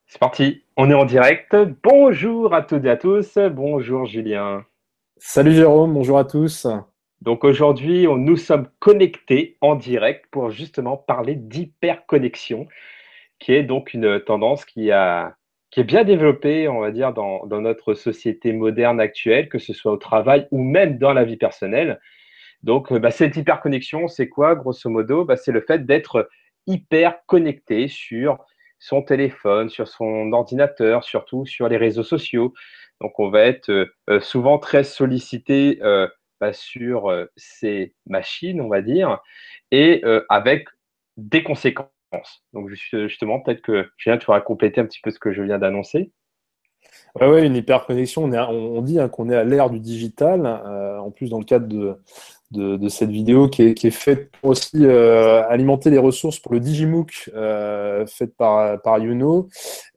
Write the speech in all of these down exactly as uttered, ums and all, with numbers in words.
C'est parti, on est en direct. Bonjour à toutes et à tous. Bonjour Julien. Salut Jérôme, bonjour à tous. Donc aujourd'hui, on- nous sommes connectés en direct pour justement parler d'hyperconnexion, qui est donc une tendance qui a, qui est bien développée, on va dire, dans, dans notre société moderne actuelle, que ce soit au travail ou même dans la vie personnelle. Donc, euh, bah, cette hyperconnexion, c'est quoi, grosso modo? Bah, c'est le fait d'être hyper connecté sur son téléphone, sur son ordinateur, surtout sur les réseaux sociaux. Donc, on va être euh, euh, souvent très sollicité euh, bah, sur euh, ces machines, on va dire, et euh, avec des conséquences. Donc, juste- justement, peut-être que Julien, tu auras complété un petit peu ce que je viens d'annoncer. Ouais, ouais, une hyperconnexion, on, est à- on on dit hein, qu'on est à l'ère du digital. Euh, en plus, dans le cadre de, de, de cette vidéo qui est, qui est faite pour aussi euh, alimenter les ressources pour le Digimook euh, faite par, par Youno,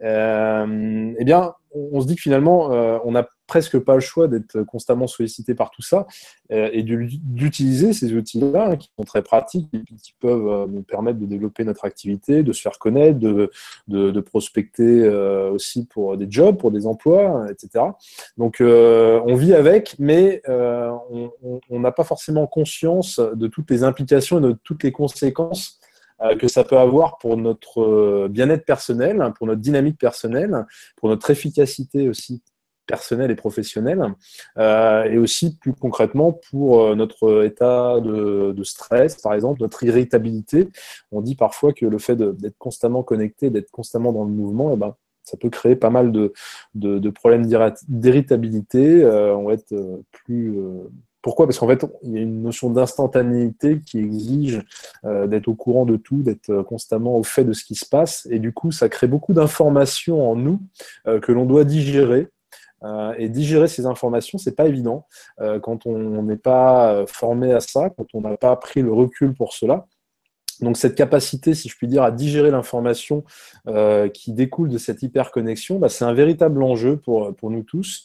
euh, eh bien, on, on se dit que finalement, euh, on n'a presque pas le choix d'être constamment sollicité par tout ça euh, et de- d'utiliser ces outils-là hein, qui sont très pratiques et qui peuvent euh, nous permettre de développer notre activité, de se faire connaître, de, de, de prospecter euh, aussi pour des jobs, pour des emplois, et cetera. Donc, euh, on vit avec, mais euh, on n'a pas forcément conscience de toutes les implications et de toutes les conséquences euh, que ça peut avoir pour notre euh, bien-être personnel, pour notre dynamique personnelle, pour notre efficacité aussi personnelle et professionnelle, euh, et aussi plus concrètement pour euh, notre état de, de stress, par exemple, notre irritabilité. On dit parfois que le fait d'être constamment connecté, d'être constamment dans le mouvement, eh ben, ça peut créer pas mal de, de, de problèmes d'irritabilité. Euh, on va être euh, plus. Euh... Pourquoi? Parce qu'en fait, il y a une notion d'instantanéité qui exige euh, d'être au courant de tout, d'être euh, constamment au fait de ce qui se passe. Et du coup, ça crée beaucoup d'informations en nous euh, que l'on doit digérer. Euh, et digérer ces informations, c'est pas évident euh, quand on n'est pas euh, formé à ça, quand on n'a pas pris le recul pour cela. Donc cette capacité, si je puis dire, à digérer l'information euh, qui découle de cette hyperconnexion, bah, c'est un véritable enjeu pour, pour nous tous.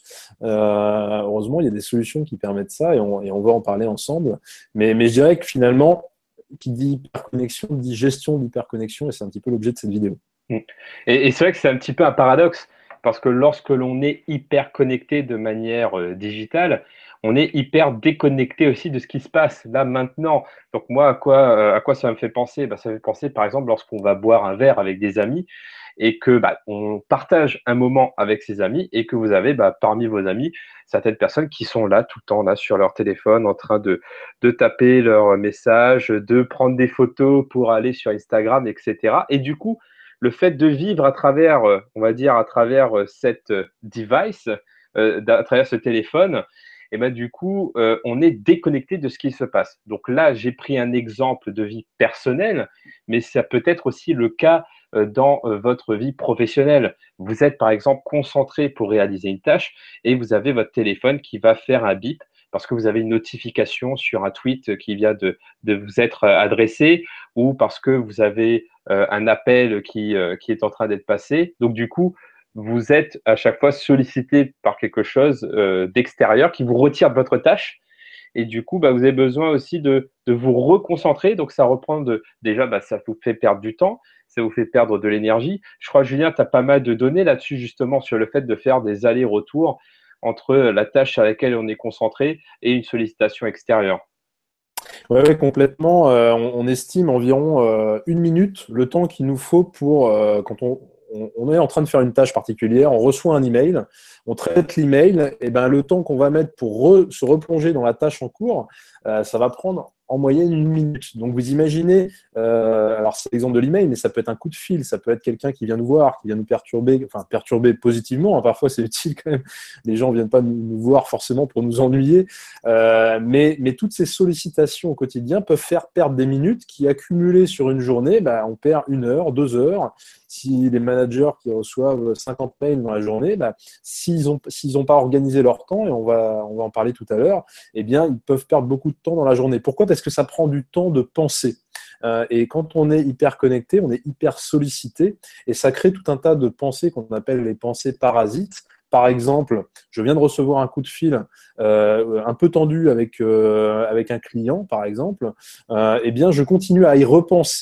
Euh, heureusement, il y a des solutions qui permettent ça et on, et on va en parler ensemble. Mais, mais je dirais que finalement, qui dit hyperconnexion, dit gestion d'hyperconnexion et c'est un petit peu l'objet de cette vidéo. Mm. Et, et c'est vrai que c'est un petit peu un paradoxe, parce que lorsque l'on est hyper connecté de manière euh, digitale, on est hyper déconnecté aussi de ce qui se passe là maintenant. Donc moi, à quoi, euh, à quoi ça me fait penser? Bah, ça me fait penser, par exemple, lorsqu'on va boire un verre avec des amis et que bah, on partage un moment avec ses amis et que vous avez bah, parmi vos amis certaines personnes qui sont là tout le temps là sur leur téléphone en train de, de taper leurs messages, de prendre des photos pour aller sur Instagram, et cetera. Et du coup, le fait de vivre à travers, euh, on va dire, à travers euh, cette euh, device, euh, à travers ce téléphone, et ben du coup, euh, on est déconnecté de ce qui se passe. Donc là, j'ai pris un exemple de vie personnelle, mais ça peut être aussi le cas euh, dans euh, votre vie professionnelle. Vous êtes par exemple concentré pour réaliser une tâche et vous avez votre téléphone qui va faire un bip parce que vous avez une notification sur un tweet qui vient de, de vous être adressé ou parce que vous avez euh, un appel qui, euh, qui est en train d'être passé. Donc, du coup, vous êtes à chaque fois sollicité par quelque chose euh, d'extérieur qui vous retire de votre tâche. Et du coup, bah, vous avez besoin aussi de, de vous reconcentrer. Donc, ça reprend de. Déjà, bah, ça vous fait perdre du temps, ça vous fait perdre de l'énergie. Je crois, Julien, tu as pas mal de données là-dessus, justement, sur le fait de faire des allers-retours entre la tâche à laquelle on est concentré et une sollicitation extérieure. Oui, ouais, complètement. Euh, on, on estime environ euh, une minute le temps qu'il nous faut pour, euh, quand on, on, on est en train de faire une tâche particulière, on reçoit un email, on traite l'email, et ben le temps qu'on va mettre pour re- se replonger dans la tâche en cours, euh, ça va prendre en moyenne une minute. Donc vous imaginez, euh, alors c'est l'exemple de l'email, mais ça peut être un coup de fil, ça peut être quelqu'un qui vient nous voir, qui vient nous perturber, enfin perturber positivement, hein, parfois c'est utile quand même, les gens ne viennent pas nous, nous voir forcément pour nous ennuyer, euh, mais, mais toutes ces sollicitations au quotidien peuvent faire perdre des minutes qui, accumulées sur une journée, bah, on perd une heure, deux heures. Si les managers qui reçoivent cinquante mails dans la journée, bah, s'ils n'ont s'ils ont pas organisé leur temps, et on va, on va en parler tout à l'heure, eh bien, ils peuvent perdre beaucoup de temps dans la journée. Pourquoi? Parce que ça prend du temps de penser. Euh, et quand on est hyper connecté, on est hyper sollicité, et ça crée tout un tas de pensées qu'on appelle les pensées parasites. Par exemple, je viens de recevoir un coup de fil euh, un peu tendu avec, euh, avec un client, par exemple, euh, eh bien, je continue à y repenser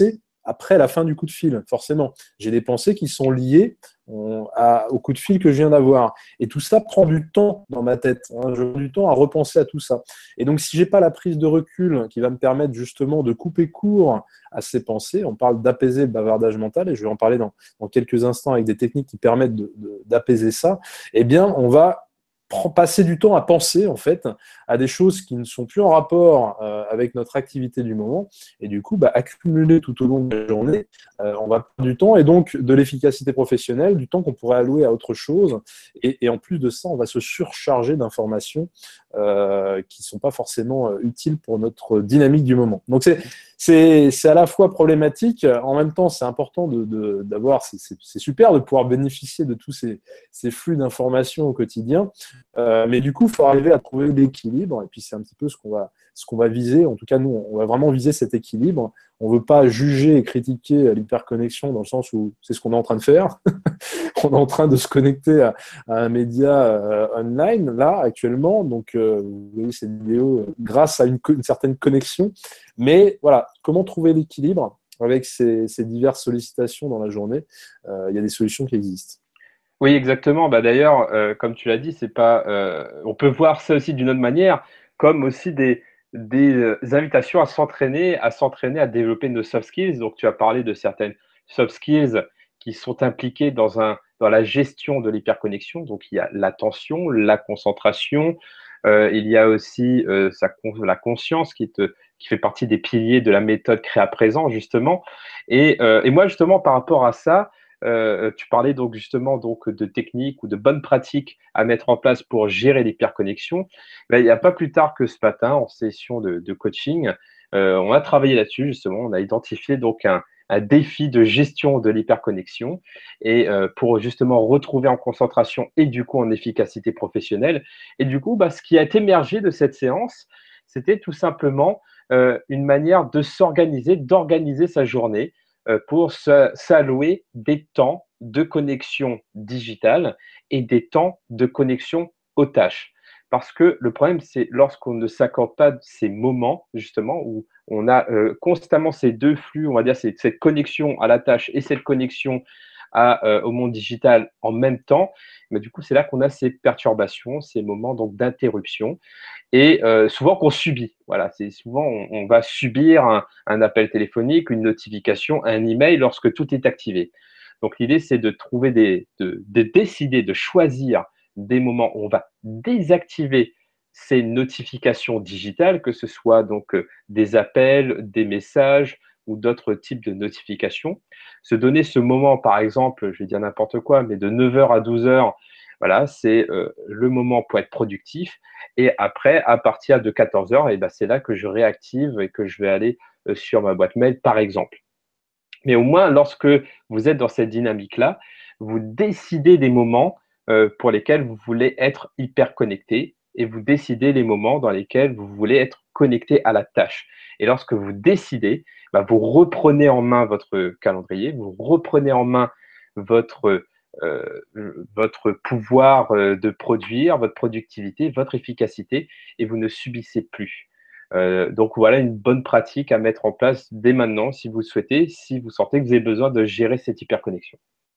après la fin du coup de fil, forcément. J'ai des pensées qui sont liées on, à, au coup de fil que je viens d'avoir. Et tout ça prend du temps dans ma tête. Hein. Je prends du temps à repenser à tout ça. Et donc, si j'ai pas la prise de recul qui va me permettre justement de couper court à ces pensées, on parle d'apaiser le bavardage mental, et je vais en parler dans, dans quelques instants avec des techniques qui permettent de, de, d'apaiser ça, eh bien, on va passer du temps à penser en fait à des choses qui ne sont plus en rapport euh, avec notre activité du moment et du coup bah, accumuler tout au long de la journée euh, on va perdre du temps et donc de l'efficacité professionnelle, du temps qu'on pourrait allouer à autre chose et, et en plus de ça on va se surcharger d'informations euh, qui ne sont pas forcément euh, utiles pour notre dynamique du moment. Donc c'est, c'est, c'est à la fois problématique, en même temps c'est important de, de, d'avoir, c'est, c'est, c'est super de pouvoir bénéficier de tous ces, ces flux d'informations au quotidien. Euh, mais du coup, il faut arriver à trouver l'équilibre, et puis c'est un petit peu ce qu'on va, ce qu'on va viser. En tout cas, nous, on va vraiment viser cet équilibre. On ne veut pas juger et critiquer l'hyperconnexion dans le sens où c'est ce qu'on est en train de faire. On est en train de se connecter à, à un média euh, online, là, actuellement. Donc, euh, vous voyez cette vidéo euh, grâce à une, une certaine connexion. Mais voilà, comment trouver l'équilibre avec ces, ces diverses sollicitations dans la journée? Euh, il y a des solutions qui existent. Oui, exactement. Bah, d'ailleurs, euh, comme tu l'as dit, c'est pas. Euh, on peut voir ça aussi d'une autre manière, comme aussi des, des euh, invitations à s'entraîner, à s'entraîner à développer nos soft skills. Donc, tu as parlé de certaines soft skills qui sont impliquées dans un dans la gestion de l'hyperconnexion. Donc, il y a l'attention, la concentration. Euh, il y a aussi euh, sa, la conscience qui te qui fait partie des piliers de la méthode créa présent justement. Et, euh, et moi justement par rapport à ça. Euh, tu parlais donc justement donc de techniques ou de bonnes pratiques à mettre en place pour gérer l'hyperconnexion. Ben, il n'y a pas plus tard que ce matin en session de, de coaching, euh, on a travaillé là-dessus justement. On a identifié donc un, un défi de gestion de l'hyperconnexion et euh, pour justement retrouver en concentration et du coup en efficacité professionnelle. Et du coup, bah, ce qui a émergé de cette séance, c'était tout simplement euh, une manière de s'organiser, d'organiser sa journée pour s'allouer des temps de connexion digitale et des temps de connexion aux tâches. Parce que le problème, c'est lorsqu'on ne s'accorde pas ces moments, justement, où on a euh, constamment ces deux flux, on va dire, cette connexion à la tâche et cette connexion à, euh, au monde digital en même temps, mais du coup, c'est là qu'on a ces perturbations, ces moments donc d'interruption et euh, souvent qu'on subit. Voilà, c'est souvent on, on va subir un, un appel téléphonique, une notification, un email lorsque tout est activé. Donc l'idée c'est de trouver des, de, de décider, de choisir des moments où on va désactiver ces notifications digitales, que ce soit donc euh, des appels, des messages ou d'autres types de notifications. Se donner ce moment, par exemple, je vais dire n'importe quoi, mais de neuf heures à douze heures, voilà, c'est euh, le moment pour être productif. Et après, à partir de quatorze heures, et ben, c'est là que je réactive et que je vais aller euh, sur ma boîte mail, par exemple. Mais au moins, lorsque vous êtes dans cette dynamique-là, vous décidez des moments euh, pour lesquels vous voulez être hyper connecté et vous décidez les moments dans lesquels vous voulez être connecté à la tâche. Et lorsque vous décidez, bah, vous reprenez en main votre calendrier, vous reprenez en main votre, euh, votre pouvoir euh, de produire, votre productivité, votre efficacité, et vous ne subissez plus. Euh, donc voilà une bonne pratique à mettre en place dès maintenant si vous le souhaitez, si vous sentez que vous avez besoin de gérer cette hyperconnexion.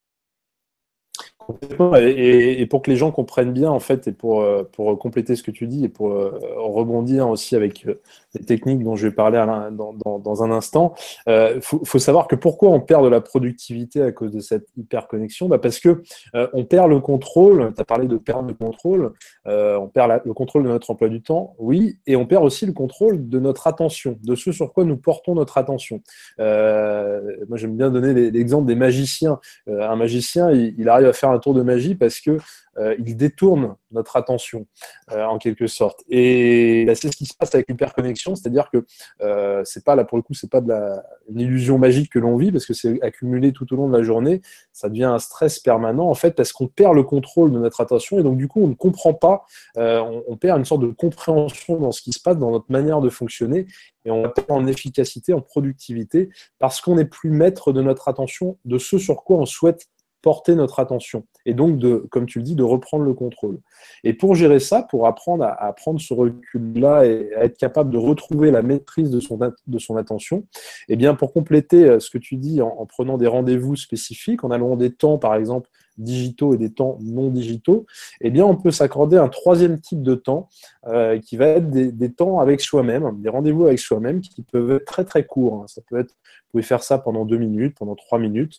Complètement. Et, et, et pour que les gens comprennent bien, en fait, et pour, euh, pour compléter ce que tu dis et pour euh, rebondir aussi avec euh, les techniques dont je vais parler à dans, dans, dans un instant, il euh, faut, faut savoir que pourquoi on perd de la productivité à cause de cette hyperconnexion, bah parce que euh, on perd le contrôle. Tu as parlé de perte de contrôle. Euh, on perd la, le contrôle de notre emploi du temps, oui, et on perd aussi le contrôle de notre attention, de ce sur quoi nous portons notre attention. Euh, moi, j'aime bien donner l'exemple des magiciens. Euh, un magicien, il, il arrive à faire un tour de magie parce que euh, il détourne notre attention euh, en quelque sorte. Et là, c'est ce qui se passe avec l'hyperconnexion, c'est-à-dire que euh, c'est pas là pour le coup, c'est pas de la, une illusion magique que l'on vit parce que c'est accumulé tout au long de la journée. Ça devient un stress permanent en fait parce qu'on perd le contrôle de notre attention et donc du coup on ne comprend pas, euh, on, on perd une sorte de compréhension dans ce qui se passe, dans notre manière de fonctionner et on perd en efficacité, en productivité parce qu'on n'est plus maître de notre attention, de ce sur quoi on souhaite porter notre attention et donc, de, comme tu le dis, de reprendre le contrôle. Et pour gérer ça, pour apprendre à, à prendre ce recul-là et à être capable de retrouver la maîtrise de son, de son attention, eh bien, pour compléter ce que tu dis en, en prenant des rendez-vous spécifiques, en allant des temps, par exemple, digitaux et des temps non digitaux, eh bien, on peut s'accorder un troisième type de temps euh, qui va être des, des temps avec soi-même, des rendez-vous avec soi-même qui peuvent être très, très courts. Hein. Ça peut être, vous pouvez faire ça pendant deux minutes, pendant trois minutes,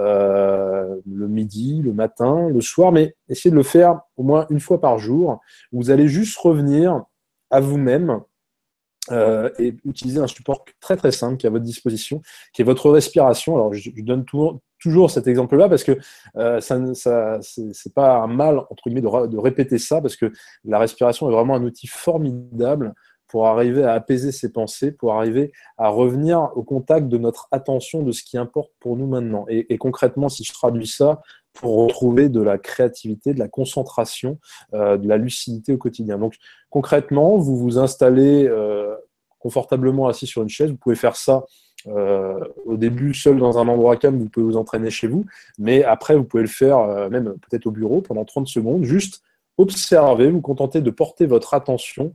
euh, le midi, le matin, le soir, mais essayez de le faire au moins une fois par jour. Vous allez juste revenir à vous-même Euh, et utiliser un support très très simple qui est à votre disposition, qui est votre respiration. Alors je, je donne toujours, toujours cet exemple-là parce que euh, ça, ça c'est, c'est pas un mal entre guillemets de, de répéter ça, parce que la respiration est vraiment un outil formidable pour arriver à apaiser ses pensées, pour arriver à revenir au contact de notre attention, de ce qui importe pour nous maintenant. Et, et concrètement, si je traduis ça, pour retrouver de la créativité, de la concentration, euh, de la lucidité au quotidien. Donc, concrètement, vous vous installez euh, confortablement assis sur une chaise. Vous pouvez faire ça euh, au début seul dans un endroit calme. Vous pouvez vous entraîner chez vous. Mais après, vous pouvez le faire euh, même peut-être au bureau pendant trente secondes. Juste observer, vous contenter de porter votre attention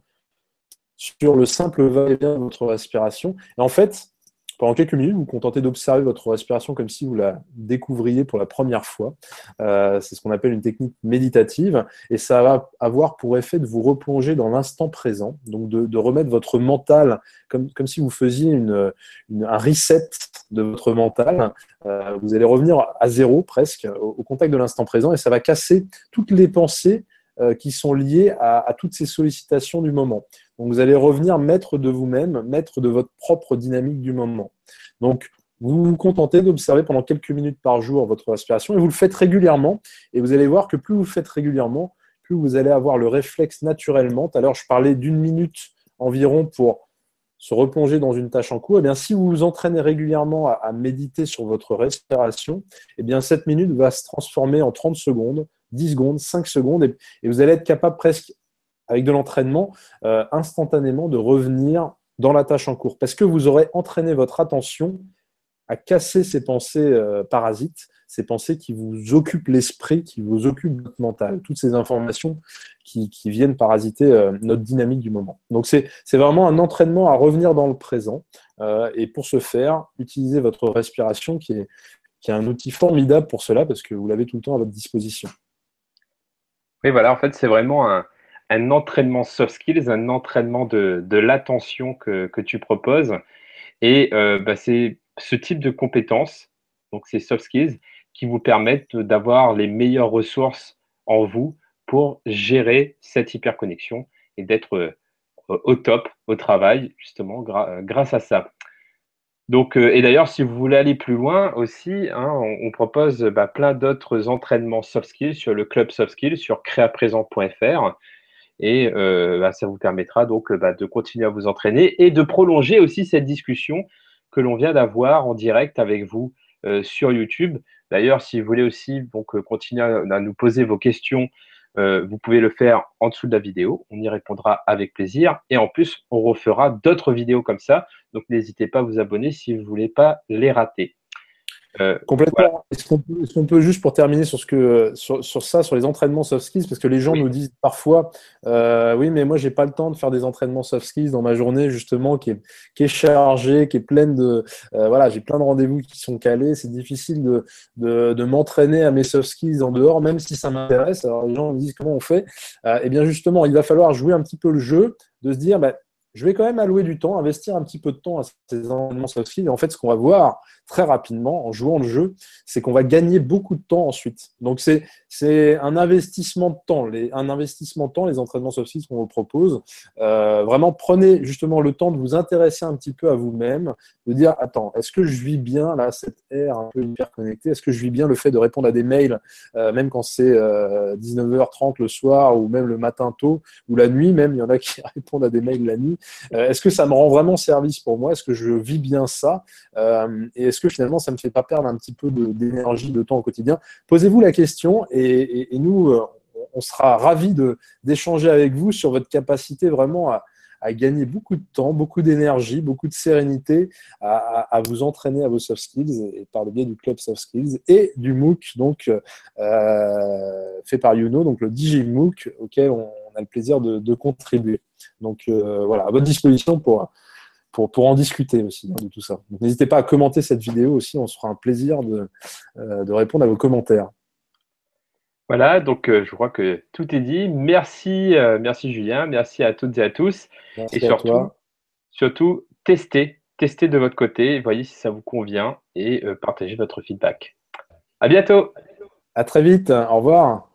sur le simple va-et-vient de votre respiration. Et en fait, pendant quelques minutes, vous vous contentez d'observer votre respiration comme si vous la découvriez pour la première fois. Euh, c'est ce qu'on appelle une technique méditative, et ça va avoir pour effet de vous replonger dans l'instant présent, donc de, de remettre votre mental comme, comme si vous faisiez une, une, un reset de votre mental. Euh, vous allez revenir à zéro presque, au, au contact de l'instant présent, et ça va casser toutes les pensées euh, qui sont liées à, à toutes ces sollicitations du moment. Donc, vous allez revenir maître de vous-même, maître de votre propre dynamique du moment. Donc, vous vous contentez d'observer pendant quelques minutes par jour votre respiration et vous le faites régulièrement. Et vous allez voir que plus vous le faites régulièrement, plus vous allez avoir le réflexe naturellement. Tout à l'heure, je parlais d'une minute environ pour se replonger dans une tâche en cours. Eh bien, si vous vous entraînez régulièrement à, à méditer sur votre respiration, eh bien, cette minute va se transformer en trente secondes, dix secondes, cinq secondes, et, et vous allez être capable presque, avec de l'entraînement, euh, instantanément de revenir dans la tâche en cours. Parce que vous aurez entraîné votre attention à casser ces pensées euh, parasites, ces pensées qui vous occupent l'esprit, qui vous occupent votre mental, toutes ces informations qui, qui viennent parasiter euh, notre dynamique du moment. Donc, c'est, c'est vraiment un entraînement à revenir dans le présent. Euh, et pour ce faire, utilisez votre respiration qui est, qui est un outil formidable pour cela parce que vous l'avez tout le temps à votre disposition. Oui, voilà, en fait, c'est vraiment un un entraînement soft skills, un entraînement de, de l'attention que, que tu proposes. Et euh, bah, c'est ce type de compétences, donc ces soft skills, qui vous permettent d'avoir les meilleures ressources en vous pour gérer cette hyperconnexion et d'être euh, au top au travail, justement, gra- grâce à ça. Donc, euh, et d'ailleurs, si vous voulez aller plus loin aussi, hein, on, on propose bah, plein d'autres entraînements soft skills sur le club soft skills sur créaprésent point f r. Et euh, bah, ça vous permettra donc bah, de continuer à vous entraîner et de prolonger aussi cette discussion que l'on vient d'avoir en direct avec vous euh, sur YouTube. D'ailleurs, si vous voulez aussi donc, euh, continuer à, à nous poser vos questions, euh, vous pouvez le faire en dessous de la vidéo. On y répondra avec plaisir. Et en plus, on refera d'autres vidéos comme ça. Donc, n'hésitez pas à vous abonner si vous ne voulez pas les rater. Euh, Complètement. Voilà. Est-ce qu'on peut, est-ce qu'on peut juste pour terminer sur ce que sur, sur ça, sur les entraînements soft skills, parce que les gens oui. nous disent parfois, euh, oui, mais moi j'ai pas le temps de faire des entraînements soft skills dans ma journée justement qui est qui est chargée, qui est pleine de, euh, voilà, j'ai plein de rendez-vous qui sont calés, c'est difficile de, de de m'entraîner à mes soft skills en dehors, même si ça m'intéresse. Alors les gens me disent comment on fait. Euh, Eh bien justement, il va falloir jouer un petit peu le jeu, de se dire, bah, je vais quand même allouer du temps, investir un petit peu de temps à ces entraînements soft skills. Et en fait, ce qu'on va voir très rapidement en jouant le jeu, c'est qu'on va gagner beaucoup de temps ensuite. Donc, c'est, c'est un investissement de temps. Les, un investissement de temps, les entraînements soft skills qu'on vous propose. Euh, vraiment, prenez justement le temps de vous intéresser un petit peu à vous-même, de dire, attends, est-ce que je vis bien là, cette ère un peu hyper connectée? Est-ce que je vis bien le fait de répondre à des mails, euh, même quand c'est euh, dix-neuf heures trente le soir ou même le matin tôt ou la nuit même, il y en a qui répondent à des mails la nuit. Euh, est-ce que ça me rend vraiment service pour moi? Est-ce que je vis bien ça? euh, Et est-ce que finalement, ça ne me fait pas perdre un petit peu de, d'énergie, de temps au quotidien? Posez-vous la question et, et, et nous, euh, on sera ravis de, d'échanger avec vous sur votre capacité vraiment à, à gagner beaucoup de temps, beaucoup d'énergie, beaucoup de sérénité, à, à, à vous entraîner à vos soft skills et, et par le biais du club soft skills et du MOOC donc euh, fait par Youno, donc le DigiMOOC auquel on, on a le plaisir de, de contribuer. Donc euh, voilà, à votre disposition pour Pour, pour en discuter aussi hein, de tout ça. Donc, n'hésitez pas à commenter cette vidéo aussi, on se fera un plaisir de, euh, de répondre à vos commentaires. Voilà, donc euh, je crois que tout est dit. Merci, euh, merci Julien, merci à toutes et à tous. Et Merci à surtout, toi. surtout, testez, testez de votre côté, voyez si ça vous convient et euh, partagez votre feedback. À bientôt! À très vite, au revoir.